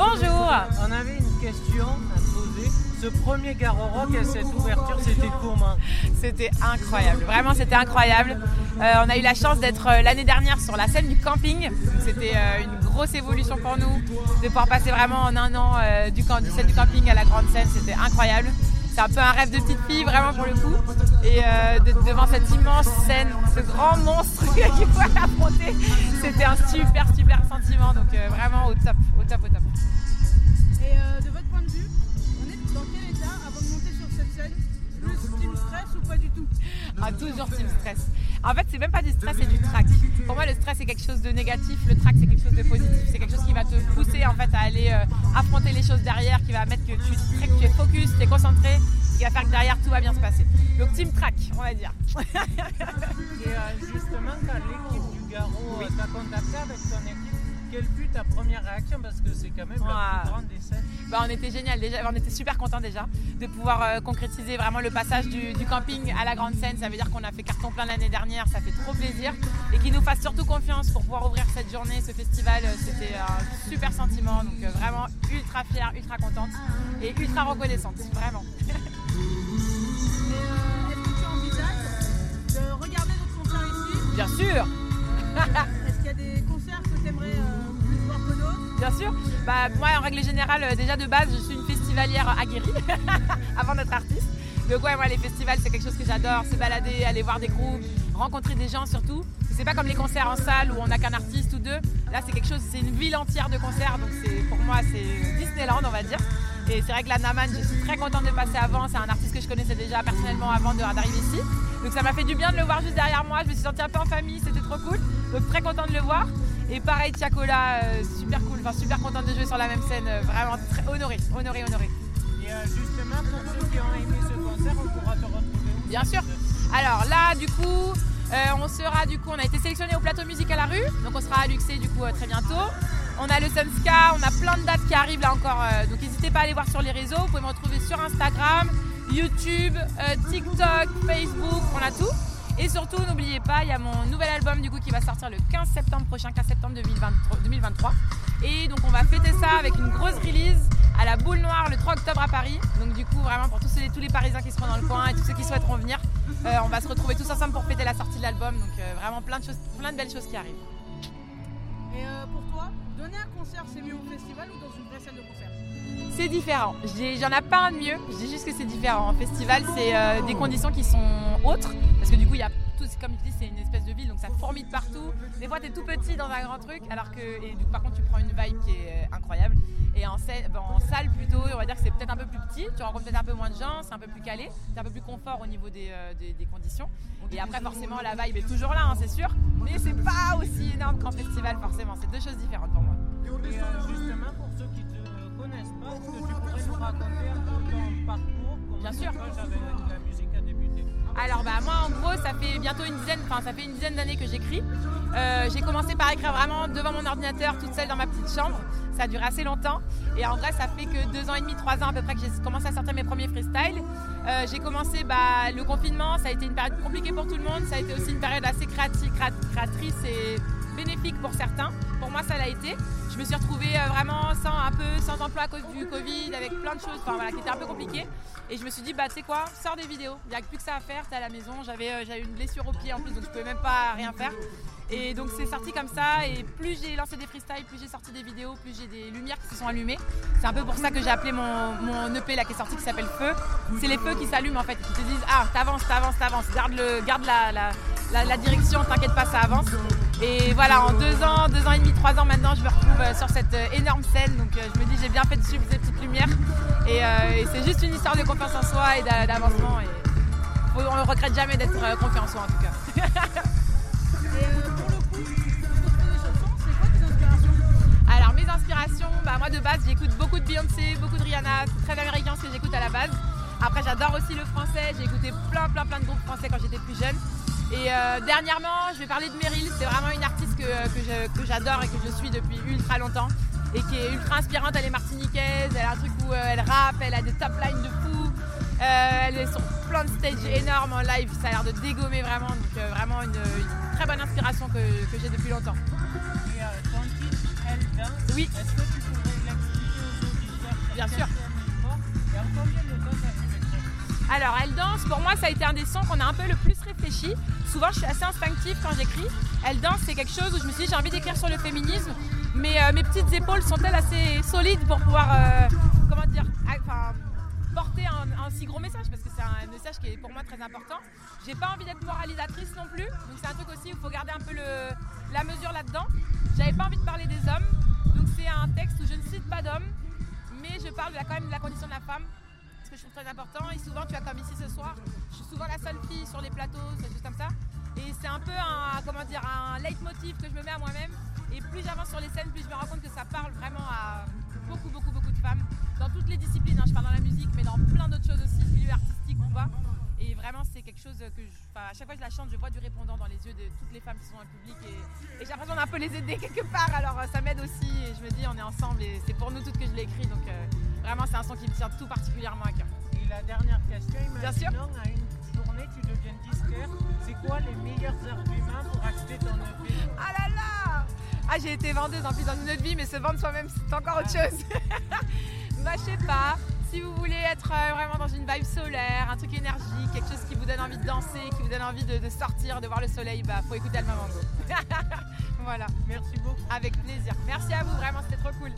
Bonjour. On avait une question à te poser. Ce premier Garo Rock et cette ouverture, c'était comment? C'était incroyable, vraiment c'était incroyable. On a eu la chance d'être l'année dernière sur la scène du camping. C'était une grosse évolution pour nous, de pouvoir passer vraiment en un an du set du camping à la grande scène, c'était incroyable. C'est un peu un rêve de petite fille vraiment pour le coup. Et devant cette immense scène, ce grand monstre qu'il faut affronter, c'était un super sentiment. Donc vraiment au top. Et de votre point de vue, on est dans quel état avant de monter sur cette scène? Plus team stress ou pas du tout? Ah, toujours team stress. En fait, c'est même pas du stress, c'est du trac. Pour moi, le stress c'est quelque chose de négatif, le trac c'est quelque chose de positif. C'est quelque chose qui va te pousser en fait à aller affronter les choses derrière, qui va mettre que tu es focus, tu es concentré, qui va faire que derrière tout va bien se passer. Donc team track, on va dire. Et justement, quand l'équipe du Garo t'a contacté avec ton équipe, quelle fut ta première réaction? Parce que c'est quand même la plus grande des scènes. On était génial déjà, on était super contents déjà de pouvoir concrétiser vraiment le passage du camping à la grande scène. Ça veut dire qu'on a fait carton plein l'année dernière, ça fait trop plaisir. Et qu'ils nous fassent surtout confiance pour pouvoir ouvrir cette journée, ce festival. C'était un super sentiment, donc vraiment ultra fière, ultra contente et ultra reconnaissante, vraiment. Et est-ce que tu envisages de regarder d'autres concerts ici? Bien sûr. Est-ce qu'il y a des concerts que tu aimerais plus voir que d'autres? Bien sûr. Moi, en règle générale, déjà de base, je suis une festivalière aguerrie avant d'être artiste. Donc ouais, moi, les festivals, c'est quelque chose que j'adore. Se balader, aller voir des groupes, rencontrer des gens surtout. C'est pas comme les concerts en salle où on n'a qu'un artiste ou deux. Là, c'est quelque chose, c'est une ville entière de concerts. Donc pour moi, c'est Disneyland, on va dire. Et c'est vrai que la Naman, je suis très contente de passer avant. C'est un artiste que je connaissais déjà personnellement avant d'arriver ici. Donc ça m'a fait du bien de le voir juste derrière moi. Je me suis sentie un peu en famille, c'était trop cool. Donc très contente de le voir. Et pareil, Tiakola, super cool, super contente de jouer sur la même scène. Vraiment très honorée. Et justement, pour ceux qui ont aimé ce concert, on pourra te retrouver où? Bien sûr. Alors là, du coup, on a été sélectionné au plateau musique à la rue. Donc on sera à Luxé du coup très bientôt. On a le Sunska, on a plein de dates qui arrivent là encore. Donc n'hésitez pas à aller voir sur les réseaux. Vous pouvez me retrouver sur Instagram, YouTube, TikTok, Facebook, on a tout. Et surtout, n'oubliez pas, il y a mon nouvel album du coup qui va sortir le 15 septembre prochain, 15 septembre 2023. Et donc on va fêter ça avec une grosse release à la Boule Noire le 3 octobre à Paris. Donc du coup, vraiment pour tous les Parisiens qui seront dans le coin et tous ceux qui souhaiteront venir, on va se retrouver tous ensemble pour fêter la sortie de l'album. Donc vraiment plein de belles choses qui arrivent. Et pour toi, donner un concert, c'est mieux au festival ou dans une vraie salle de concert? C'est différent. J'en ai pas un de mieux. Je dis juste que c'est différent. En festival, c'est des conditions qui sont autres. Parce que du coup, il y a tout, comme je dis, c'est une espèce de ville, donc ça fourmille de partout. Des fois, tu es tout petit dans un grand truc, alors que, par contre, tu prends une vibe qui est incroyable. Et en salle, plutôt, on va dire que c'est peut-être un peu plus petit. Tu rencontres peut-être un peu moins de gens, c'est un peu plus calé. C'est un peu plus confort au niveau des conditions. Et après, forcément, la vibe est toujours là, c'est sûr. Mais c'est pas aussi énorme qu'en festival, forcément. C'est deux choses différentes pour moi. Et justement, pour ceux qui ne te connaissent pas, est-ce que tu pourrais nous raconter un peu ton parcours? Bien sûr. La musique a débuté. Alors moi en gros ça fait une dizaine d'années que j'écris. J'ai commencé par écrire vraiment devant mon ordinateur toute seule dans ma petite chambre. Ça a duré assez longtemps et en vrai ça fait que 2 ans et demi, 3 ans à peu près que j'ai commencé à sortir mes premiers freestyles. J'ai commencé le confinement, ça a été une période compliquée pour tout le monde. Ça a été aussi une période assez créatrice et bénéfique pour certains. Pour moi ça l'a été. Je me suis retrouvée vraiment sans emploi à cause du Covid, avec plein de choses qui étaient un peu compliquées. Et je me suis dit, tu sais quoi, sors des vidéos. Il n'y a plus que ça à faire, t'es à la maison. J'avais une blessure au pied en plus, donc je ne pouvais même pas rien faire. Et donc c'est sorti comme ça. Et plus j'ai lancé des freestyles, plus j'ai sorti des vidéos, plus j'ai des lumières qui se sont allumées. C'est un peu pour ça que j'ai appelé mon EP là, qui est sorti, qui s'appelle Feu. C'est les feux qui s'allument en fait, qui te disent, t'avances. Garde la direction, t'inquiète pas, ça avance. Et voilà, en 2 ans et demi, 3 ans maintenant, je me retrouve sur cette énorme scène. Donc je me dis, j'ai bien fait de suivre ces petites lumières. Et c'est juste une histoire de confiance en soi et d'avancement. Et on ne regrette jamais d'être confiant en soi en tout cas. Et pour le coup, pour trouver des chansons, c'est quoi tes inspirations? Alors mes inspirations, moi de base j'écoute beaucoup de Beyoncé, beaucoup de Rihanna, c'est très américain ce que j'écoute à la base. Après j'adore aussi le français, j'ai écouté plein de groupes français quand j'étais plus jeune. Et dernièrement, je vais parler de Meryl, c'est vraiment une artiste que j'adore et que je suis depuis ultra longtemps et qui est ultra inspirante. Elle est martiniquaise, elle a un truc où elle rappe, elle a des top lines de fou, elle est sur plein de stages énormes en live, ça a l'air de dégommer vraiment, donc vraiment une très bonne inspiration que j'ai depuis longtemps. Et ton titre, Elle danse, oui. est-ce que tu pourrais l'expliquer bien sûr. Et en combien de temps ça a pu l'écrire? Alors, Elle danse, pour moi, ça a été un des sons qu'on a un peu le plus réfléchi. Souvent, je suis assez instinctive quand j'écris. Elle danse, c'est quelque chose où je me suis dit, j'ai envie d'écrire sur le féminisme, mais mes petites épaules sont-elles assez solides pour pouvoir, porter un si gros message, parce que c'est un message qui est pour moi très important. J'ai pas envie d'être moralisatrice non plus, donc c'est un truc aussi où il faut garder un peu la mesure là-dedans. J'avais pas envie de parler des hommes, donc c'est un texte où je ne cite pas d'hommes, mais je parle quand même de la condition de la femme, ce que je trouve très important. Et souvent, tu vois, comme ici ce soir, je suis souvent la seule fille sur les plateaux, des choses comme ça. Et c'est un peu un leitmotiv que je me mets à moi-même. Et plus j'avance sur les scènes, plus je me rends compte que ça parle vraiment à beaucoup de femmes. Dans toutes les disciplines, hein. Je parle dans la musique, mais dans plein d'autres choses aussi, milieu artistique ou pas. Et vraiment, c'est quelque chose que à chaque fois que je la chante, je vois du répondant dans les yeux de toutes les femmes qui sont dans le public. Et j'ai l'impression d'un peu les aider quelque part. Alors ça m'aide aussi. Et je me dis, on est ensemble et c'est pour nous toutes que je l'ai écrit. Donc vraiment, c'est un son qui me tient tout particulièrement à cœur. Et la dernière question, Bien sûr. imaginons à une journée, tu deviens disquaire. C'est quoi les meilleurs arguments pour acheter ton EP? Ah là là! Ah, j'ai été vendeuse en plus dans une autre vie, mais se vendre soi-même, c'est encore autre chose. Bah, je sais pas. Si vous voulez être vraiment dans une vibe solaire, un truc énergique, quelque chose qui vous donne envie de danser, qui vous donne envie de sortir, de voir le soleil, bah, faut écouter Alma Mango. Voilà. Merci beaucoup. Avec plaisir. Merci à vous, vraiment, c'était trop cool.